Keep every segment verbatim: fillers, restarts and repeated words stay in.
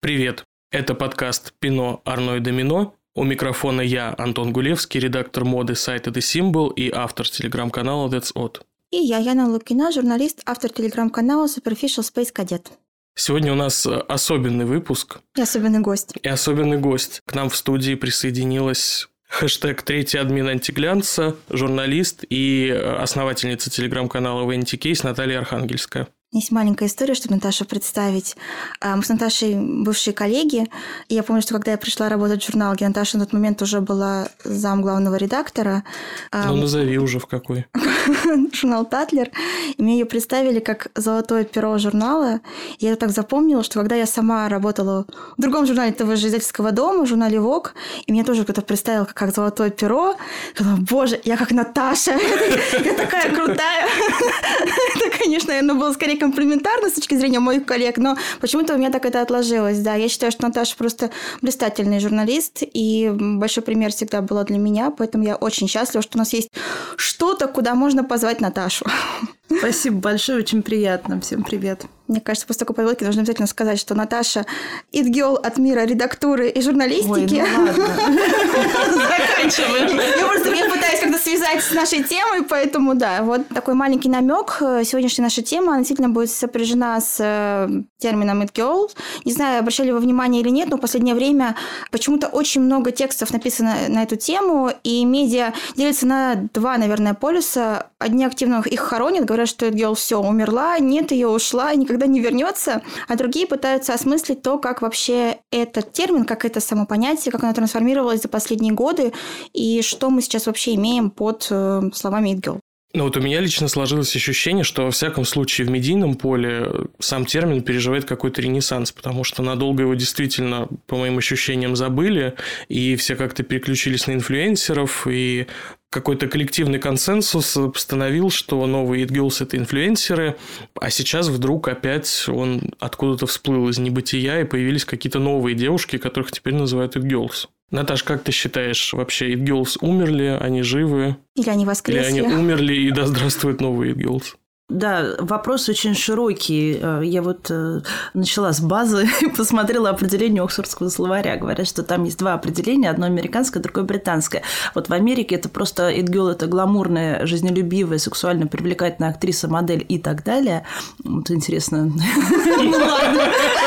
Привет! Это подкаст «Пино, Арно и Домино». У микрофона я, Антон Гулевский, редактор моды сайта The Symbol и автор телеграм-канала That's Odd. И я, Яна Лукина, журналист, автор телеграм-канала Superficial Space Cadet. Сегодня у нас особенный выпуск. И особенный гость. И особенный гость. К нам в студии присоединилась хэштег «Третий админ антиглянца», журналист и основательница телеграм-канала Vanity Case Наталья Архангельская. Есть маленькая история, чтобы Наташу представить. Мы с Наташей бывшие коллеги. И я помню, что когда я пришла работать в журнал, где Наташа на тот момент уже была зам главного редактора. Ну, назови уже в какой. Журнал «Татлер». И мне ее представили как золотое перо журнала. И я это так запомнила, что когда я сама работала в другом журнале того же издательского дома, в журнале Vogue, и меня тоже кто-то представил как золотое перо, я думала, боже, я как Наташа. Я такая крутая. Это, конечно, наверное, было скорее комплиментарно с точки зрения моих коллег, но почему-то у меня так это отложилось. Да, я считаю, что Наташа просто блистательный журналист, и большой пример всегда была для меня, поэтому я очень счастлива, что у нас есть что-то, куда можно позвать Наташу. Спасибо большое, очень приятно. Всем привет. Мне кажется, после такой подводки нужно обязательно сказать, что Наташа it-girl от мира редактуры и журналистики. Ой, ну ладно. Заканчиваем. Я просто я пытаюсь как-то связать с нашей темой, поэтому да, вот такой маленький намек. Сегодняшняя наша тема, она действительно будет сопряжена с термином it-girl. Не знаю, обращали ли вы внимание или нет, но в последнее время почему-то очень много текстов написано на эту тему, и медиа делятся на два, наверное, полюса. Одни активно их хоронят, говорят, что it-girl все умерла, нет, ее ушла, никогда не вернется, а другие пытаются осмыслить то, как вообще этот термин, как это само понятие, как оно трансформировалось за последние годы, и что мы сейчас вообще имеем под э, словами it-girl. Ну вот у меня лично сложилось ощущение, что во всяком случае в медийном поле сам термин переживает какой-то ренессанс, потому что надолго его действительно, по моим ощущениям, забыли, и все как-то переключились на инфлюенсеров, и какой-то коллективный консенсус постановил, что новые it-girls – это инфлюенсеры, а сейчас вдруг опять он откуда-то всплыл из небытия, и появились какие-то новые девушки, которых теперь называют it-girls. Наташ, как ты считаешь, вообще it-girls умерли, они живы? Или они воскресли? Или они умерли, и да здравствуют новые it-girls? Да, вопрос очень широкий. Я вот начала с базы и посмотрела определение Оксфордского словаря. Говорят, что там есть два определения, одно американское, другое британское. Вот в Америке это просто it-girl – это гламурная, жизнелюбивая, сексуально привлекательная актриса, модель и так далее. Вот интересно. Ну ладно.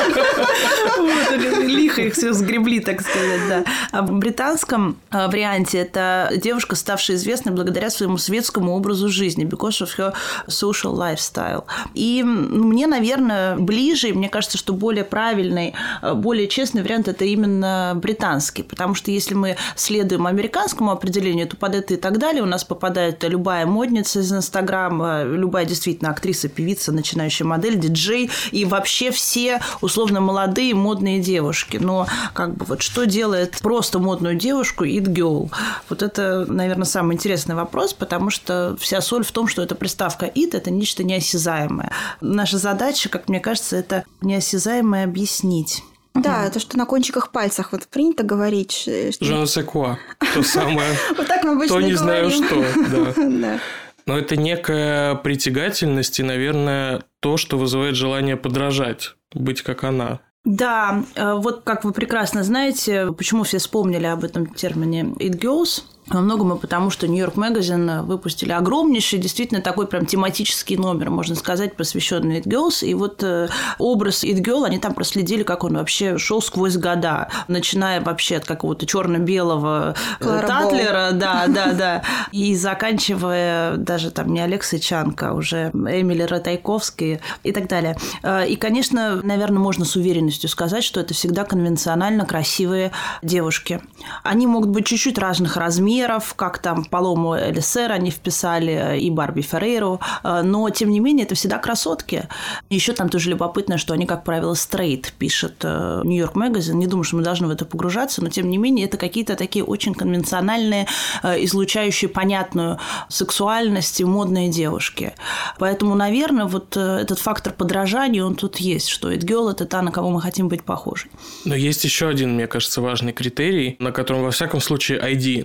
Лихо их все сгребли, так сказать, да. А в британском варианте это девушка, ставшая известной благодаря своему светскому образу жизни, because of her social lifestyle. И мне, наверное, ближе, и мне кажется, что более правильный, более честный вариант – это именно британский, потому что если мы следуем американскому определению, то под это и так далее у нас попадает любая модница из Инстаграма, любая действительно актриса, певица, начинающая модель, диджей и вообще все условно молодые модные девушки. Но как бы вот что делает просто модную девушку it-girl? Вот это, наверное, самый интересный вопрос, потому что вся соль в том, что эта приставка it – это нечто неосязаемое. Наша задача, как мне кажется, это неосязаемое объяснить. Да, то, что на кончиках пальцев вот принято говорить. Je ne sais quoi. То самое. Вот так мы обычно то не знаю говорим. что. Да. Но это некая притягательность и, наверное, то, что вызывает желание подражать, быть как она. Да, вот как вы прекрасно знаете, почему все вспомнили об этом термине it-girls. Во многом и потому, что New York Magazine выпустили огромнейший, действительно такой прям тематический номер, можно сказать, посвященный it-girls. И вот образ it-girl, они там проследили, как он вообще шел сквозь года, начиная вообще от какого-то черно-белого Татлера, да, да, да, и заканчивая даже там не Алексой Чанко, а уже Эмили Ратайковской и так далее. И, конечно, наверное, можно с уверенностью сказать, что это всегда конвенционально красивые девушки. Они могут быть чуть-чуть разных размеров, как там Палому Элисер они вписали и Барби Феррейру, но, тем не менее, это всегда красотки. Еще там тоже любопытно, что они, как правило, стрейт, пишет New York Magazine. Не думаю, что мы должны в это погружаться, но, тем не менее, это какие-то такие очень конвенциональные, излучающие понятную сексуальность и модные девушки. Поэтому, наверное, вот этот фактор подражания, он тут есть, что it-girl – это та, на кого мы хотим быть похожи. Но есть еще один, мне кажется, важный критерий, на котором, во всяком случае, ай ди настаивает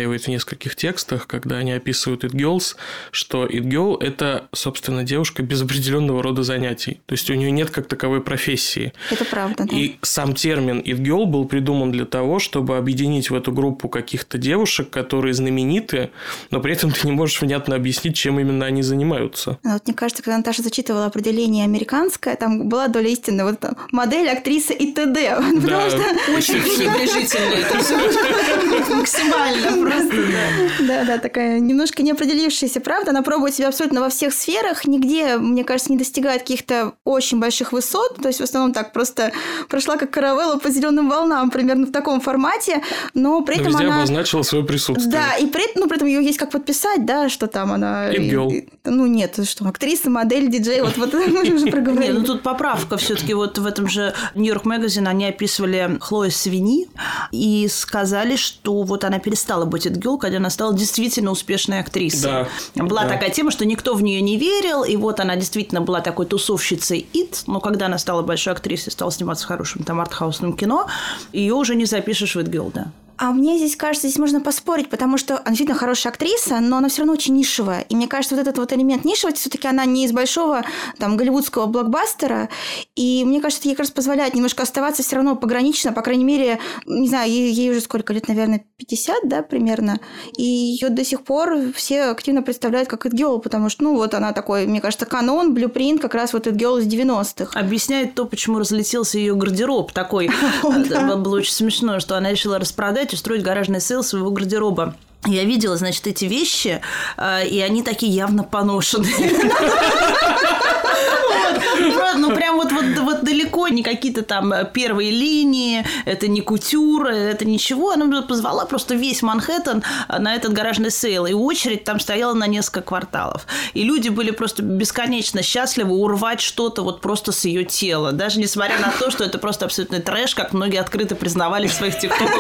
проговаривает в нескольких текстах, когда они описывают It Girls, что It Girl – это, собственно, девушка без определенного рода занятий. То есть у нее нет как таковой профессии. Это правда, да. И сам термин It Girl был придуман для того, чтобы объединить в эту группу каких-то девушек, которые знамениты, но при этом ты не можешь внятно объяснить, чем именно они занимаются. Вот мне кажется, когда Наташа зачитывала определение американское, там была доля истины. Вот там, модель, актриса и т.д. Да, потому что... Очень пренебрежительно это все. Максимально просто, да. Да, да, такая немножко неопределившаяся правда. Она пробует себя абсолютно во всех сферах. Нигде, мне кажется, не достигает каких-то очень больших высот. То есть, в основном так просто прошла как каравелла по зеленым волнам, примерно в таком формате. Но при этом везде она... обозначила свое присутствие. Да, и при, ну, при этом ее есть как подписать, да, что там она... It Girl. И, ну, нет, что, актриса, модель, диджей, вот, вот мы уже проговорили. Нет, ну тут поправка все-таки вот в этом же Нью-Йорк Magazine они описывали Хлою Свини и сказали, что вот она перестала быть It Girl, когда она стала действительно успешной актрисой. Да. Была да. такая тема, что никто в нее не верил, и вот она действительно была такой тусовщицей It, но когда она стала большой актрисой, стала сниматься в хорошем там артхаусном кино, ее уже не запишешь в It Girl, да. А мне здесь кажется, здесь можно поспорить, потому что она действительно хорошая актриса, но она все равно очень нишевая. И мне кажется, вот этот вот элемент нишевости, все-таки она не из большого там голливудского блокбастера. И мне кажется, это ей как раз позволяет немножко оставаться все равно погранично, по крайней мере, не знаю, ей, ей уже сколько лет, наверное, пятьдесят, да, примерно. И ее до сих пор все активно представляют как It Girl, потому что, ну, вот она такой, мне кажется, канон, блюпринт как раз вот It Girl из девяностых. Объясняет то, почему разлетелся ее гардероб такой. Было очень смешно, что она решила распродать, устроить гаражный сейл своего гардероба. Я видела, значит, эти вещи, и они такие явно поношенные. Ну, прям вот, вот, вот далеко не какие-то там первые линии, это не кутюр, это ничего. Она позвала просто весь Манхэттен на этот гаражный сейл, и очередь там стояла на несколько кварталов. И люди были просто бесконечно счастливы урвать что-то вот просто с ее тела, даже несмотря на то, что это просто абсолютный трэш, как многие открыто признавали в своих тиктоках.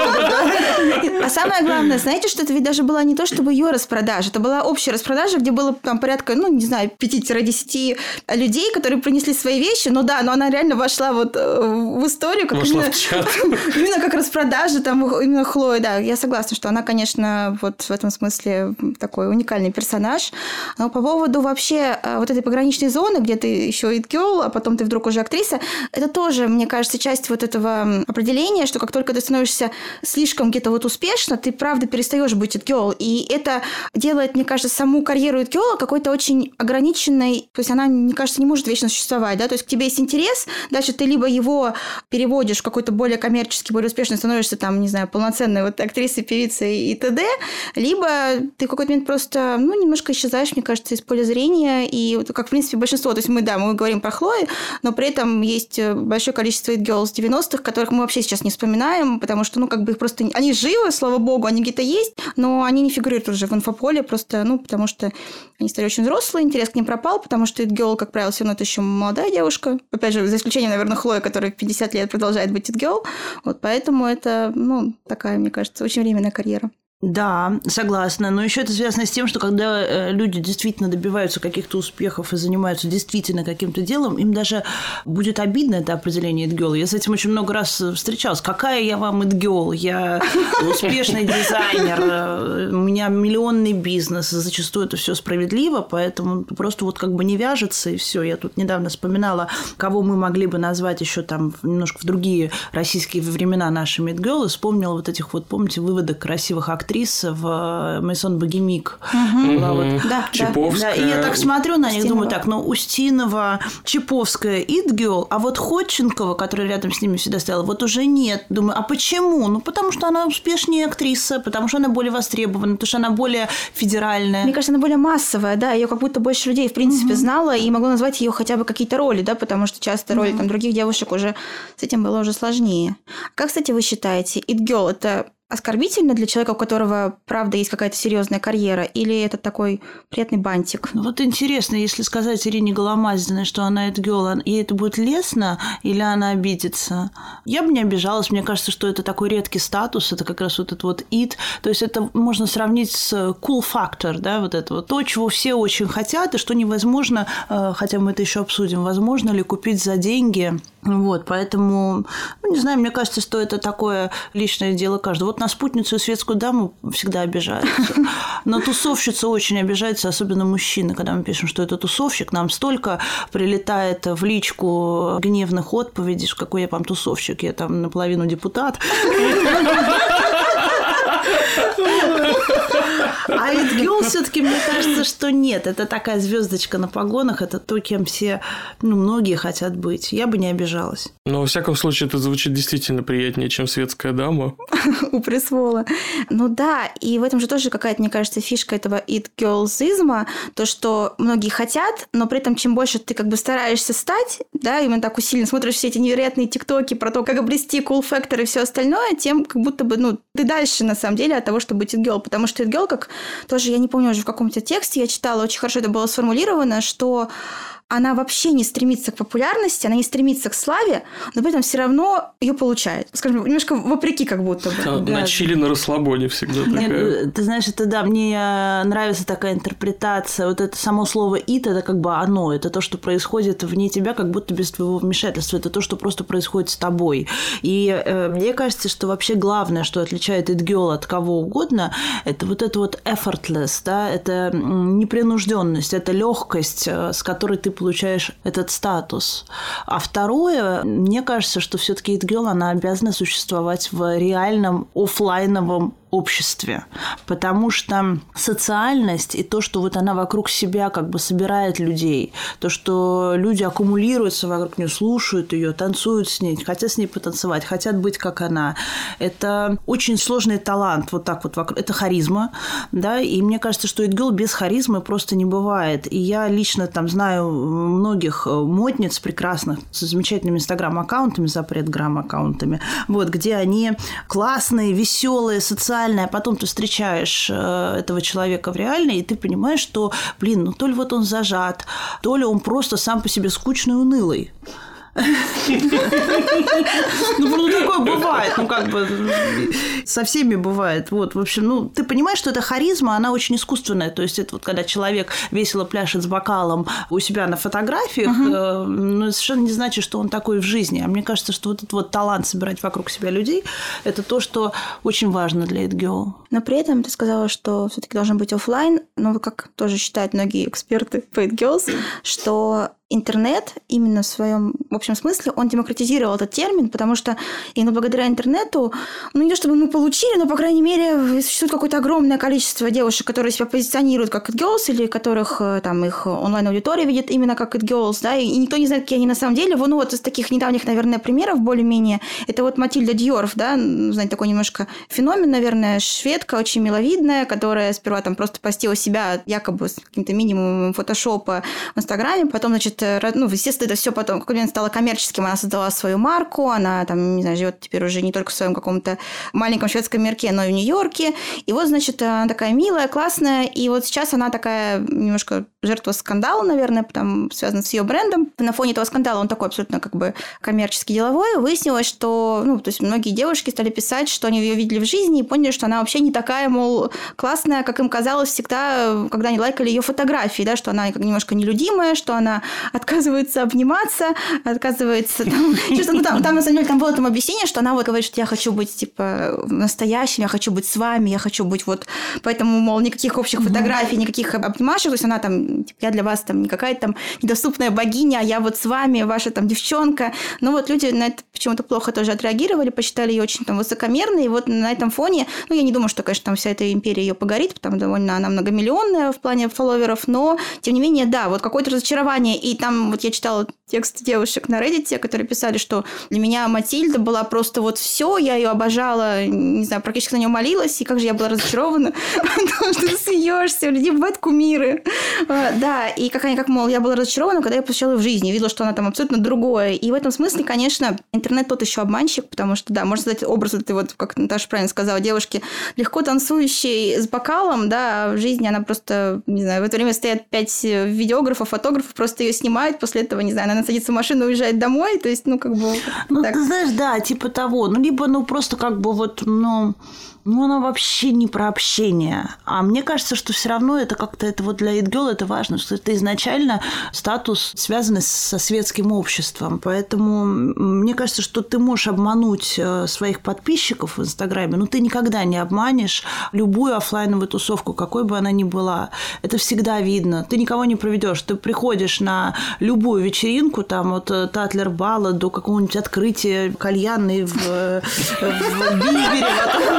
А самое главное, знаете, что это ведь даже была не то, чтобы ее распродажа, это была общая распродажа, где было там порядка, ну, не знаю, пяти-десяти людей, которые принесли свои вещи, но да, но она реально вошла вот в историю, как вошла именно, в чат. Именно как распродажа, там именно Хлоя, да, я согласна, что она, конечно, вот в этом смысле такой уникальный персонаж. Но по поводу вообще вот этой пограничной зоны, где ты еще It Girl, а потом ты вдруг уже актриса, это тоже, мне кажется, часть вот этого определения, что как только ты становишься слишком где-то вот успешно, ты правда перестаешь быть It Girl, и это делает, мне кажется, саму карьеру It Girl какой-то очень ограниченной, то есть она, мне кажется, не может вечно существовать, да, то есть к тебе есть интерес, дальше ты либо его переводишь в какой-то более коммерческий, более успешный, становишься там, не знаю, полноценной вот актрисой, певицей и т.д., либо ты в какой-то момент просто, ну, немножко исчезаешь, мне кажется, из поля зрения, и вот, как, в принципе, большинство, то есть мы, да, мы говорим про Хлою, но при этом есть большое количество It Girls девяностых, которых мы вообще сейчас не вспоминаем, потому что, ну, как бы их просто, они живы, слава богу, они где-то есть, но они не фигурируют уже в инфополе, просто, ну, потому что они стали очень взрослые, интерес к ним пропал, потому что It Girl, как правило, все равно это еще молодая девушка. Опять же, за исключением, наверное, Хлои, которая в пятьдесят лет продолжает быть It Girl. Вот поэтому это, ну, такая, мне кажется, очень временная карьера. Да, согласна. Но еще это связано с тем, что когда люди действительно добиваются каких-то успехов и занимаются действительно каким-то делом, им даже будет обидно это определение It Girl. Я с этим очень много раз встречалась. Какая я вам It Girl? Я успешный дизайнер, у меня миллионный бизнес. Зачастую это все справедливо, поэтому просто вот как бы не вяжется, и все. Я тут недавно вспоминала, кого мы могли бы назвать еще там немножко в другие российские времена нашими It Girl, и вспомнила вот этих вот, помните, выводок красивых актрис в Мейсон Богемик. Угу. Вот. Да, Чиповская. Да. И я так смотрю на них, Устинова. думаю, так, ну, Устинова, Чиповская, It Girl, а вот Ходченкова, которая рядом с ними всегда стояла, вот уже нет. Думаю, а почему? Ну, потому что она успешнее актриса, потому что она более востребована, потому что она более федеральная. Мне кажется, она более массовая, да, ее как будто больше людей, в принципе, угу. знала, и могло назвать ее хотя бы какие-то роли, да, потому что часто роли угу. там других девушек уже с этим было уже сложнее. А как, кстати, вы считаете, It Girl – это оскорбительно для человека, у которого, правда, есть какая-то серьезная карьера, или это такой приятный бантик? Ну, вот интересно, если сказать Ирине Голомазиной, что она It Girl, ей это будет лестно, или она обидится? Я бы не обижалась. Мне кажется, что это такой редкий статус, это как раз вот этот вот It. То есть это можно сравнить с cool factor, да, вот это вот то, чего все очень хотят, и что невозможно, хотя мы это еще обсудим, возможно ли купить за деньги Вот, поэтому, ну, не знаю, мне кажется, что это такое личное дело каждого. Вот на спутницу и светскую даму всегда обижаются. На тусовщицу очень обижаются, особенно мужчины. Когда мы пишем, что это тусовщик, нам столько прилетает в личку гневных отповедей, какой я вам тусовщик, я там наполовину депутат. А It все-таки мне кажется, что нет. Это такая звездочка на погонах, это то, кем все, ну, многие хотят быть. Я бы не обижалась. Но, во всяком случае, это звучит действительно приятнее, чем светская дама. У присвола. Ну да, и в этом же тоже какая-то, мне кажется, фишка этого it-girlsизма, то, что многие хотят, но при этом чем больше ты как бы стараешься стать, да, именно так усиленно смотришь все эти невероятные тиктоки про то, как обрести cool factor и все остальное, тем как будто бы, ну, ты дальше, на самом деле, от того, чтобы быть it-girl, потому что it-girl, как тоже, я не помню уже в каком-то тексте, я читала, очень хорошо это было сформулировано, что она вообще не стремится к популярности, она не стремится к славе, но при этом все равно ее получает. Скажем, немножко вопреки как будто бы. Да, да. На чили, на расслабоне всегда такая. Нет, ты знаешь, это да, мне нравится такая интерпретация. Вот это само слово «it» – это как бы оно, это то, что происходит вне тебя, как будто без твоего вмешательства. Это то, что просто происходит с тобой. И э, мне кажется, что вообще главное, что отличает it girl от кого угодно, это вот это вот effortless, да, это непринужденность, это легкость, с которой ты получаешь этот статус. А второе, мне кажется, что все-таки it girl, она обязана существовать в реальном офлайновом обществе, потому что социальность и то, что вот она вокруг себя как бы собирает людей, то, что люди аккумулируются вокруг нее, слушают ее, танцуют с ней, хотят с ней потанцевать, хотят быть как она, это очень сложный талант, вот так вот вокруг, это харизма, да, и мне кажется, что it girl без харизмы просто не бывает, и я лично там знаю многих модниц прекрасных с замечательными инстаграм-аккаунтами, запретграм-аккаунтами, вот, где они классные, веселые, социальные, а потом ты встречаешь этого человека в реальной, и ты понимаешь, что, блин, ну то ли вот он зажат, то ли он просто сам по себе скучный и унылый. Ну, такое бывает, ну, как бы, со всеми бывает. Вот, в общем, ну, ты понимаешь, что эта харизма, она очень искусственная. То есть, это вот когда человек весело пляшет с бокалом у себя на фотографиях, uh-huh. ну, совершенно не значит, что он такой в жизни. А мне кажется, что вот этот вот талант собирать вокруг себя людей, это то, что очень важно для it girl. Но при этом ты сказала, что все-таки должен быть офлайн, но как тоже считают многие эксперты по it girls, что интернет именно в своем общем смысле, он демократизировал этот термин, потому что именно благодаря интернету, ну, не то чтобы мы получили, но, по крайней мере, существует какое-то огромное количество девушек, которые себя позиционируют как it girls, или которых там их онлайн-аудитория видит именно как it girls, да, и никто не знает, какие они на самом деле. Ну, вот из таких недавних, наверное, примеров более-менее, это вот Матильда Дьорф, да, знаете, такой немножко феномен, наверное, шведка, очень миловидная, которая сперва там просто постила себя якобы с каким-то минимумом фотошопа в Инстаграме, потом, значит, ну, естественно, это все потом, как момент стало коммерческим, она создала свою марку, она там, не знаю, живет теперь уже не только в своем каком-то маленьком шведском мирке, но и в Нью-Йорке. И вот, значит, она такая милая, классная, и вот сейчас она такая немножко жертва скандала, наверное, там, связана с ее брендом. На фоне этого скандала он такой абсолютно как бы коммерческий, деловой. Выяснилось, что, ну, то есть многие девушки стали писать, что они ее видели в жизни и поняли, что она вообще не такая, мол, классная, как им казалось всегда, когда они лайкали ее фотографии, да, что она немножко нелюдимая, что она отказывается обниматься, отказывается там, что, ну, там, там на самом деле там было там объяснение, что она вот говорит, что я хочу быть типа настоящим, я хочу быть с вами, я хочу быть вот, поэтому, мол, никаких общих фотографий, никаких обнимашек, то есть она там, типа, я для вас там не какая-то там недоступная богиня, а я вот с вами, ваша там девчонка. Ну вот люди на это почему-то плохо тоже отреагировали, посчитали ее очень там высокомерной, и вот на этом фоне, ну я не думаю, что, конечно, там вся эта империя ее погорит, потому что довольно она многомиллионная в плане фолловеров, но тем не менее, да, вот какое-то разочарование. И там вот я читала текст девушек на Reddit, которые писали, что для меня Матильда была просто вот все, я ее обожала, не знаю, практически на нее молилась, и как же я была разочарована, потому что ты смеешься, у людей бывают кумиры. Да, и как они, как, мол, я была разочарована, когда я посещала ее в жизни, видела, что она там абсолютно другое. И в этом смысле, конечно, интернет тот еще обманщик, потому что, да, можно создать образ, ты вот, как Наташа правильно сказала, девушки, легко танцующей с бокалом, да, а в жизни она просто, не знаю, в это время стоят пять видеографов, фотографов, просто ее снимают, снимает, после этого, не знаю, она садится в машину и уезжает домой, то есть, ну, как бы... Ну, так. ты знаешь, да, типа того. Ну, либо, ну, просто как бы вот, ну... Ну, оно вообще не про общение. А мне кажется, что все равно это как-то, это вот для It Girl это важно, что это изначально статус, связанный со светским обществом. Поэтому мне кажется, что ты можешь обмануть своих подписчиков в Инстаграме, но ты никогда не обманешь любую офлайновую тусовку, какой бы она ни была. Это всегда видно. Ты никого не проведешь. Ты приходишь на любую вечеринку, там от Татлер Бала до какого-нибудь открытия кальянной в, в Бильбере.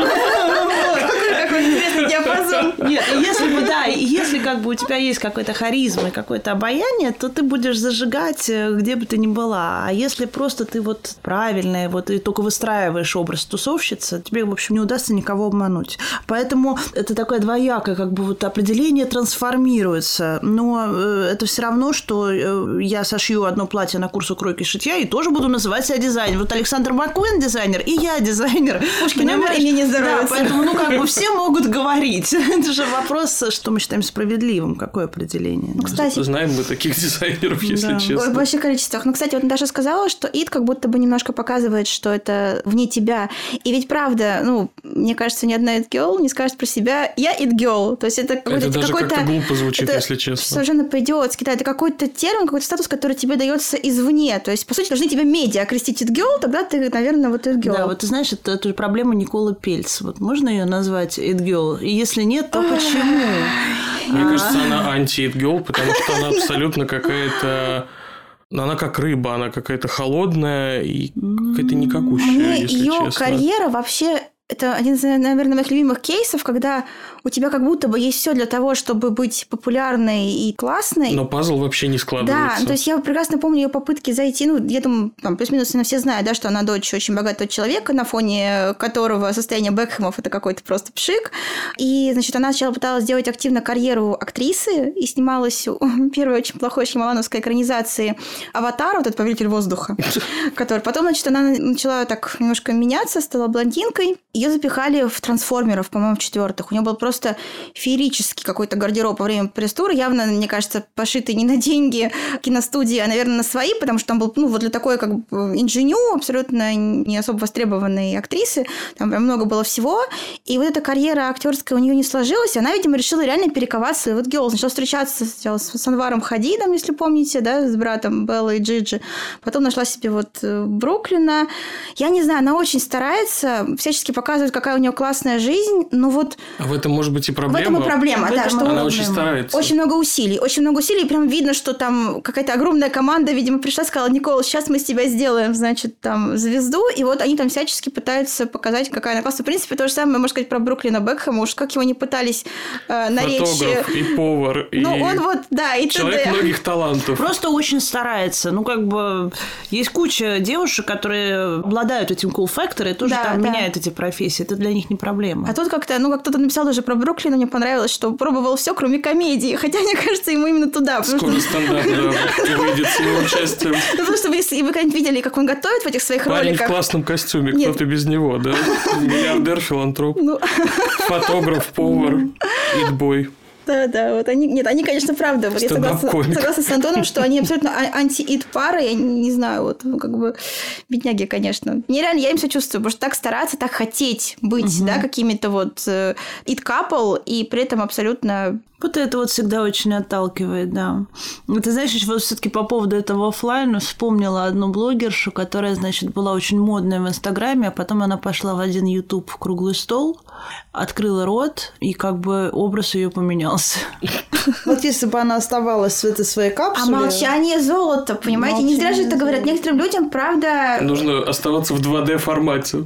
Какой интересный диапазон. Нет, если бы, да, если как бы у тебя есть какой-то харизма и какое-то обаяние, то ты будешь зажигать, где бы ты ни была. А если просто ты вот правильная, вот и только выстраиваешь образ тусовщицы, тебе, в общем, не удастся никого обмануть. Поэтому это такое двоякое, как бы вот определение трансформируется. Но это все равно, что я сошью одно платье на курс укройки и шитья и тоже буду называть себя дизайнером. Вот Александр Маккуин дизайнер, и я дизайнер. Пушкин умер, и мне не здоровится. Да, поэтому, ну, как бы все могут говорить. Это же вопрос, что мы считаем справедливым. Какое определение? Ну, кстати, знаем мы таких дизайнеров, если да. честно. В больших количествах. Ну, кстати, вот Наташа сказала, что It как будто бы немножко показывает, что это вне тебя. И ведь правда, ну, мне кажется, ни одна It Girl не скажет про себя «я It Girl». То есть это какой-то... Это даже какой-то, как-то глупо звучит, это если честно. Совершенно по-идиотски. Да, это какой-то термин, какой-то статус, который тебе дается извне. То есть, по сути, должны тебя медиа окрестить It Girl, тогда ты, наверное, вот It Girl. Да, вот ты знаешь, это, это проблема Николы Пельц. Вот можно ее назвать It Girl? И если нет, то почему? Мне кажется, она анти-It Girl, потому что она абсолютно какая-то... Она как рыба, она какая-то холодная и какая-то никакущая, Мне если её честно. карьера вообще... Это один из, наверное, моих любимых кейсов, когда у тебя как будто бы есть все для того, чтобы быть популярной и классной. Но пазл вообще не складывается. Да, то есть я прекрасно помню ее попытки зайти, ну, я думаю, там, плюс-минус все знают, да, что она дочь очень богатого человека, на фоне которого состояние Бекхэмов – это какой-то просто пшик. И, значит, она сначала пыталась сделать активно карьеру актрисы и снималась в первой очень плохой шьямалановской экранизации «Аватара», вот этот «Повелитель воздуха», который потом, значит, она начала так немножко меняться, стала блондинкой. Ее запихали в «Трансформеров», по-моему, в четвертых. У нее был просто феерический какой-то гардероб во время пресс-тура, явно, мне кажется, пошитый не на деньги киностудии, а, наверное, на свои, потому что там был, ну, вот для такой как бы инженю, абсолютно не особо востребованной актрисы, там прям много было всего, и вот эта карьера актерская у нее не сложилась, и она, видимо, решила реально перековаться. И вот Girl начала встречаться сначала с Анваром Хадидом, если помните, да, с братом Беллы и Джиджи, потом нашла себе вот Бруклина. Я не знаю, она очень старается, всячески показывает, какая у нее классная жизнь, но вот... А в этом может быть и проблема. В этом и проблема, в да. этом Что она проблема. очень старается. Очень много усилий, очень много усилий, и прям видно, что там какая-то огромная команда, видимо, пришла, сказала: Никола, сейчас мы с тебя сделаем, значит, там, звезду, и вот они там всячески пытаются показать, какая она классная. В принципе, то же самое, можно сказать, про Бруклина Бекхэма, уж как его не пытались э, наречь. Фотограф и повар, ну, и он вот, да, и человек т.д. многих талантов. Просто очень старается. Ну, как бы, есть куча девушек, которые обладают этим cool-factor и тоже Да, там да. меняют эти профессии. Это для них не проблема. А тут как-то, ну, как кто-то написал даже про Бруклина, мне понравилось, что пробовал все, кроме комедии. Хотя, мне кажется, ему именно туда. Скоро что... стендап, да, выйдет с его участием. Ну, потому что вы, если вы когда-нибудь видели, как он готовит в этих своих Парень роликах. в классном костюме, Нет. кто-то без него, да? Миллиардер, филантроп, Ну... фотограф, повар, итбой. Да, да, вот они, нет, они, конечно, правда, вот я согласна, согласна с Антоном, что они абсолютно анти-ит пара, я не, не знаю, вот, ну, как бы, бедняги, конечно. Нереально, я им сочувствую, потому что так стараться, так хотеть быть, угу. да, какими-то вот ит couple, и при этом абсолютно... Вот это вот всегда очень отталкивает, да. Ты знаешь, вот все-таки по поводу этого офлайна вспомнила одну блогершу, которая, значит, была очень модная в Инстаграме, а потом она пошла в один YouTube в круглый стол, открыла рот, и как бы образ ее поменялся. Вот если бы она оставалась в этой своей капсуле... А молчание золото, понимаете? Не зря же это говорят. Некоторым людям, правда... Нужно оставаться в два дэ формате.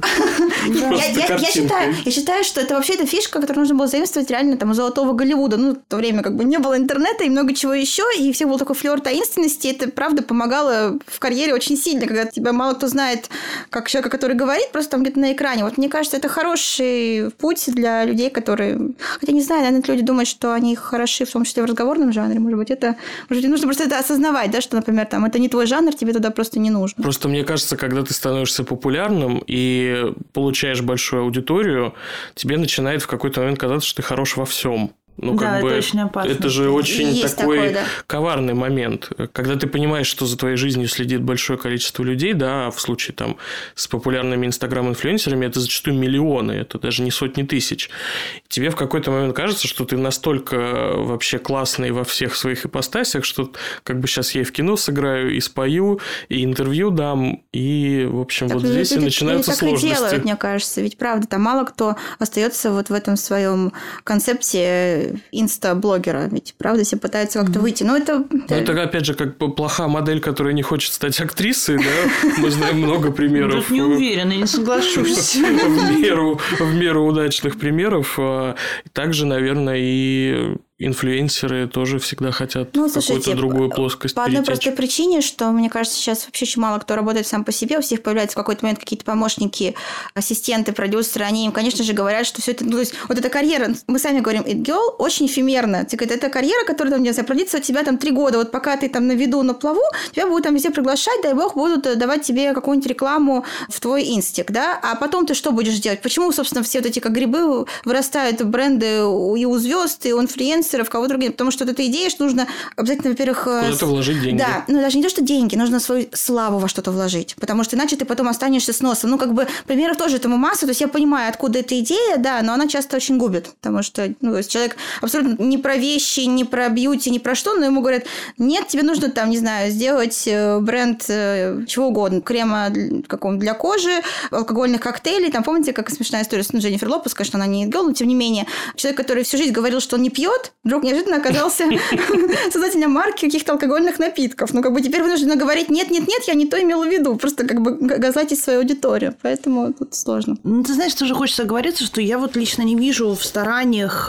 Я считаю, что это вообще эта фишка, которую нужно было заимствовать реально там у золотого Голливуда. Ну, в то время как бы не было интернета и много чего еще, и всех был такой флёр таинственности. Это, правда, помогало в карьере очень сильно, когда тебя мало кто знает как человека, который говорит, просто там где-то на экране. Вот мне кажется, это хороший путь для людей, которые... Хотя, не знаю, наверное, люди думают, что они хороши, в том числе в разговорном жанре. Может быть, это... Может быть, нужно просто это осознавать, да, что, например, там, это не твой жанр, тебе туда просто не нужно. Просто мне кажется, когда ты становишься популярным и получаешь большую аудиторию, тебе начинает в какой-то момент казаться, что ты хорош во всем. Ну, да, как это бы, очень опасно. Это же очень Есть такой такое, да. коварный момент. Когда ты понимаешь, что за твоей жизнью следит большое количество людей, да, в случае там с популярными инстаграм-инфлюенсерами это зачастую миллионы, это даже не сотни тысяч. Тебе в какой-то момент кажется, что ты настолько вообще классный во всех своих ипостасях, что как бы сейчас я и в кино сыграю, и спою, и интервью дам, и, в общем, так, вот здесь люди, и начинаются люди сложности. Так и делают, мне кажется. Ведь правда, там мало кто остается вот в этом своем концепте инста-блогера. Ведь, правда, все пытаются как-то выйти. Но это... Ну, это, опять же, как плохая модель, которая не хочет стать актрисой, да? Мы знаем много примеров. Тут не уверена, не соглашусь. В меру, в меру удачных примеров. Также, наверное, и инфлюенсеры тоже всегда хотят ну, в какую-то другую плоскость по одной перетечь. простой причине, что, мне кажется, сейчас вообще очень мало кто работает сам по себе, у всех появляются в какой-то момент какие-то помощники, ассистенты, продюсеры, они им, конечно же, говорят, что все это, ну, то есть, вот эта карьера, мы сами говорим, it girl, очень эфемерна. Это карьера, которая, там, не знаю, продлится у тебя там три года, вот пока ты там на виду, на плаву, тебя будут там везде приглашать, дай бог, будут давать тебе какую-нибудь рекламу в твой инстик, да, а потом ты что будешь делать? Почему, собственно, все вот эти как грибы вырастают бренды и у звезд, и у инфлюенсеров, кого других, потому что вот эта идея, что нужно обязательно, во-первых... Куда-то вложить деньги. Да, ну даже не то, что деньги, нужно свою славу во что-то вложить, потому что иначе ты потом останешься с носом. Ну, как бы, примеров тоже этому масса, то есть я понимаю, откуда эта идея, да, но она часто очень губит, потому что, ну, то есть человек абсолютно не про вещи, не про бьюти, не про что, но ему говорят, нет, тебе нужно там, не знаю, сделать бренд чего угодно, крема какого для кожи, алкогольных коктейлей, там, помните, как смешная история с Дженнифер Лопес, конечно, она не girl, но тем не менее, человек, который всю жизнь говорил, что он не пьет, вдруг неожиданно оказался создателем марки каких-то алкогольных напитков. Ну, как бы теперь вынуждена говорить, нет-нет-нет, я не то имела в виду, просто как бы газлайтить свою аудиторию, поэтому тут сложно. Ну, ты знаешь, тоже хочется оговориться, что я вот лично не вижу в стараниях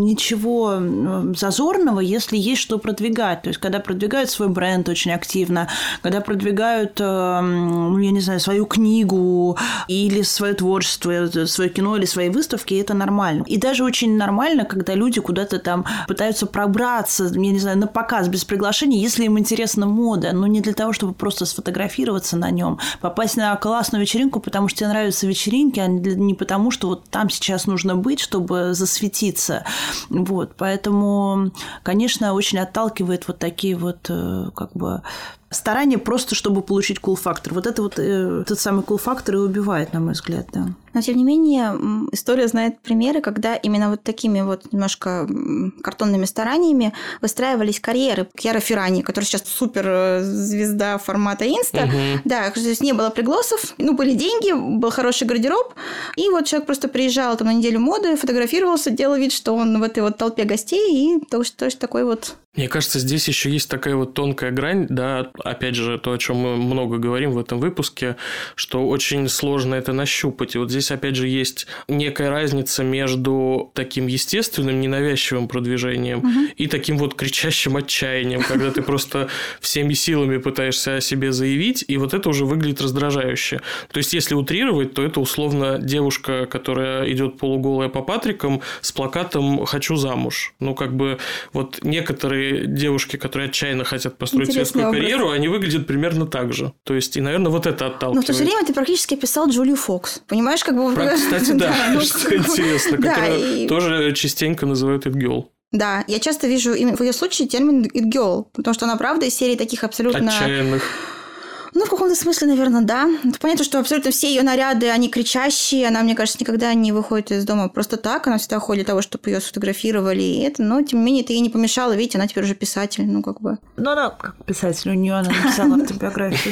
ничего зазорного, если есть что продвигать. То есть, когда продвигают свой бренд очень активно, когда продвигают, ну, я не знаю, свою книгу или свое творчество, свое кино или свои выставки, это нормально. И даже очень нормально, когда люди куда-то там пытаются пробраться, я не знаю, на показ без приглашения, если им интересна мода, но не для того, чтобы просто сфотографироваться на нем, попасть на классную вечеринку, потому что тебе нравятся вечеринки, а не потому, что вот там сейчас нужно быть, чтобы засветиться. Вот, поэтому, конечно, очень отталкивает вот такие вот, как бы, старание просто, чтобы получить кул-фактор. Вот это вот э, тот самый кул-фактор и убивает, на мой взгляд, да. Но, тем не менее, история знает примеры, когда именно вот такими вот немножко картонными стараниями выстраивались карьеры. Кьяра Феррани, которая сейчас суперзвезда формата инста. Угу. Да, то есть не было пригласов, ну, были деньги, был хороший гардероб, и вот человек просто приезжал там на неделю моды, фотографировался, делал вид, что он в этой вот толпе гостей, и то, что такой вот... Мне кажется, здесь еще есть такая вот тонкая грань, да, опять же, то, о чем мы много говорим в этом выпуске, что очень сложно это нащупать. И вот здесь, опять же, есть некая разница между таким естественным, ненавязчивым продвижением угу. и таким вот кричащим отчаянием, когда ты просто всеми силами пытаешься о себе заявить, и вот это уже выглядит раздражающе. То есть, если утрировать, то это условно девушка, которая идет полуголая по Патрикам с плакатом «Хочу замуж». Ну, как бы вот некоторые девушки, которые отчаянно хотят построить Интересный светскую образ. Карьеру, они выглядят примерно так же. То есть, и, наверное, вот это отталкивает. Но в то же время ты практически описал Джулию Фокс. Понимаешь, как бы... Про, кстати, да, что интересно, которую тоже частенько называют it girl. Да, я часто вижу именно в ее случае термин it girl, потому что она, правда, из серии таких абсолютно... Отчаянных. Ну, в каком-то смысле, наверное, да. Это понятно, что абсолютно все ее наряды, они кричащие. Она, мне кажется, никогда не выходит из дома просто так. Она всегда ходит для того, чтобы ее сфотографировали. И это, но, тем не менее, это ей не помешало. Видите, она теперь уже писатель. Ну, как бы... Ну, она как писатель. У нее она написала автобиографию,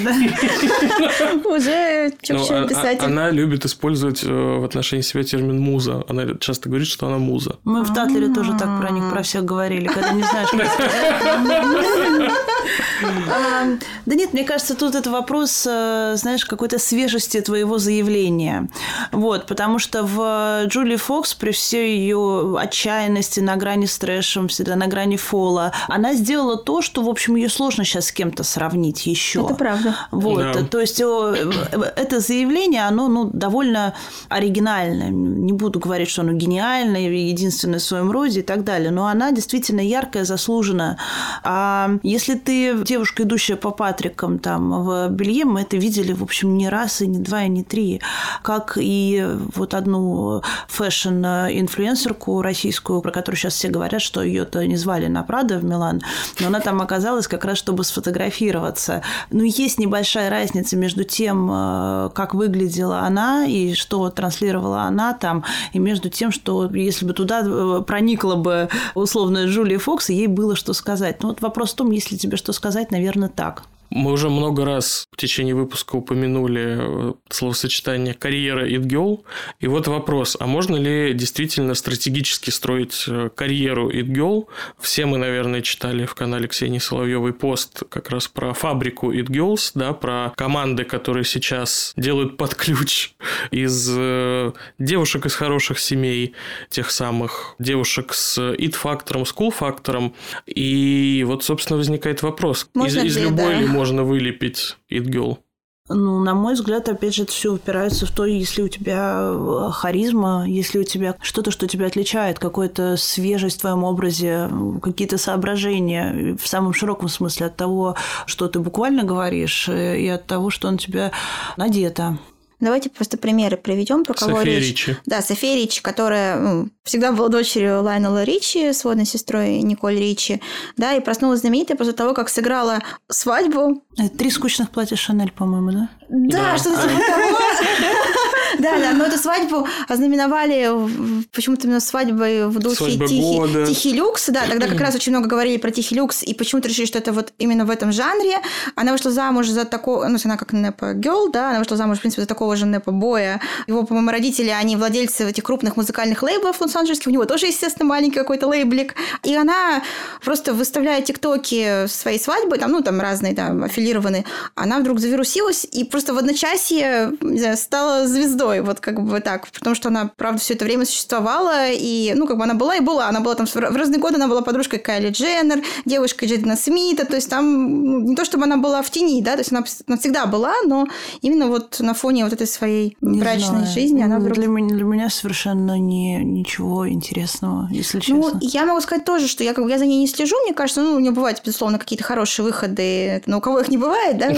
да? Уже чуть-чуть писатель. Она любит использовать в отношении себя термин «муза». Она часто говорит, что она муза. Мы в Татлере тоже так про них, про всех говорили, когда не знаешь, как сказать. Да нет, мне кажется, тут это вопрос, знаешь, какой-то свежести твоего заявления. Вот, потому что в Джулии Фокс, при всей ее отчаянности, на грани с трэшем, всегда на грани фола, она сделала то, что, в общем, ее сложно сейчас с кем-то сравнить еще. Это правда. Вот, да. То есть это заявление, оно, ну, довольно оригинальное. Не буду говорить, что оно гениальное, единственное в своем роде и так далее, но она действительно яркая, заслуженная. А если ты и девушка, идущая по Патрикам там в белье, мы это видели, в общем, не раз, и не два, и не три. Как и вот одну фэшн-инфлюенсерку российскую, про которую сейчас все говорят, что ее-то не звали на Прадо в Милан, но она там оказалась как раз, чтобы сфотографироваться. Но есть небольшая разница между тем, как выглядела она и что транслировала она там, и между тем, что если бы туда проникла бы условно Джулия Фокс, и ей было что сказать. Ну вот вопрос в том, если тебе что сказать, наверное, так. Мы уже много раз в течение выпуска упомянули словосочетание «карьера It Girl». И вот вопрос, а можно ли действительно стратегически строить карьеру It Girl? Все мы, наверное, читали в канале Ксении Соловьевой пост как раз про фабрику It Girls, да, про команды, которые сейчас делают под ключ из девушек из хороших семей, тех самых девушек с It-фактором, School-фактором. И вот, собственно, возникает вопрос, из, из любой ли можно вылепить It Girl? Ну, на мой взгляд, опять же, это все упирается в то, если у тебя харизма, если у тебя что-то, что тебя отличает, какая-то свежесть в твоем образе, какие-то соображения в самом широком смысле от того, что ты буквально говоришь, и от того, что на тебя надето. Давайте просто примеры приведем, про кого София речь. Ричи. Да, София Ричи, которая ну, всегда была дочерью Лайонела Ричи, сводной сестрой Николь Ричи, да, и проснулась знаменитой после того, как сыграла свадьбу. Три скучных платья Шанель, по-моему, да? Да, Да. что-то типа того. Да, да, но эту свадьбу ознаменовали почему-то именно свадьбой в духе Свадьба тихий, года. тихий люкс. Да, тогда как раз очень много говорили про тихий люкс, и почему-то решили, что это вот именно в этом жанре. Она вышла замуж за такого, ну, она как непо-гёрл, да, она вышла замуж, в принципе, за такого же непо-боя. Его, по-моему, родители, они владельцы этих крупных музыкальных лейблов лос-анджелесских, у него тоже, естественно, маленький какой-то лейблик. И она просто выставляя тиктоки своей свадьбы, там, ну, там разные, там, аффилированные, она вдруг завирусилась и просто в одночасье, не знаю, стала звездой. Вот как бы так, потому что она, правда, все это время существовала, и, ну, как бы она была и была. Она была там в разные годы, она была подружкой Кайли Дженнер, девушкой Джейдена Смита, то есть там ну, не то, чтобы она была в тени, да, то есть она, она всегда была, но именно вот на фоне вот этой своей Не брачной знаю. жизни она вдруг... Для меня, для меня совершенно не, ничего интересного, если честно. Ну, я могу сказать тоже, что я, как бы, я за ней не слежу, мне кажется, ну, у нее бывают, безусловно, какие-то хорошие выходы, но у кого их не бывает, да,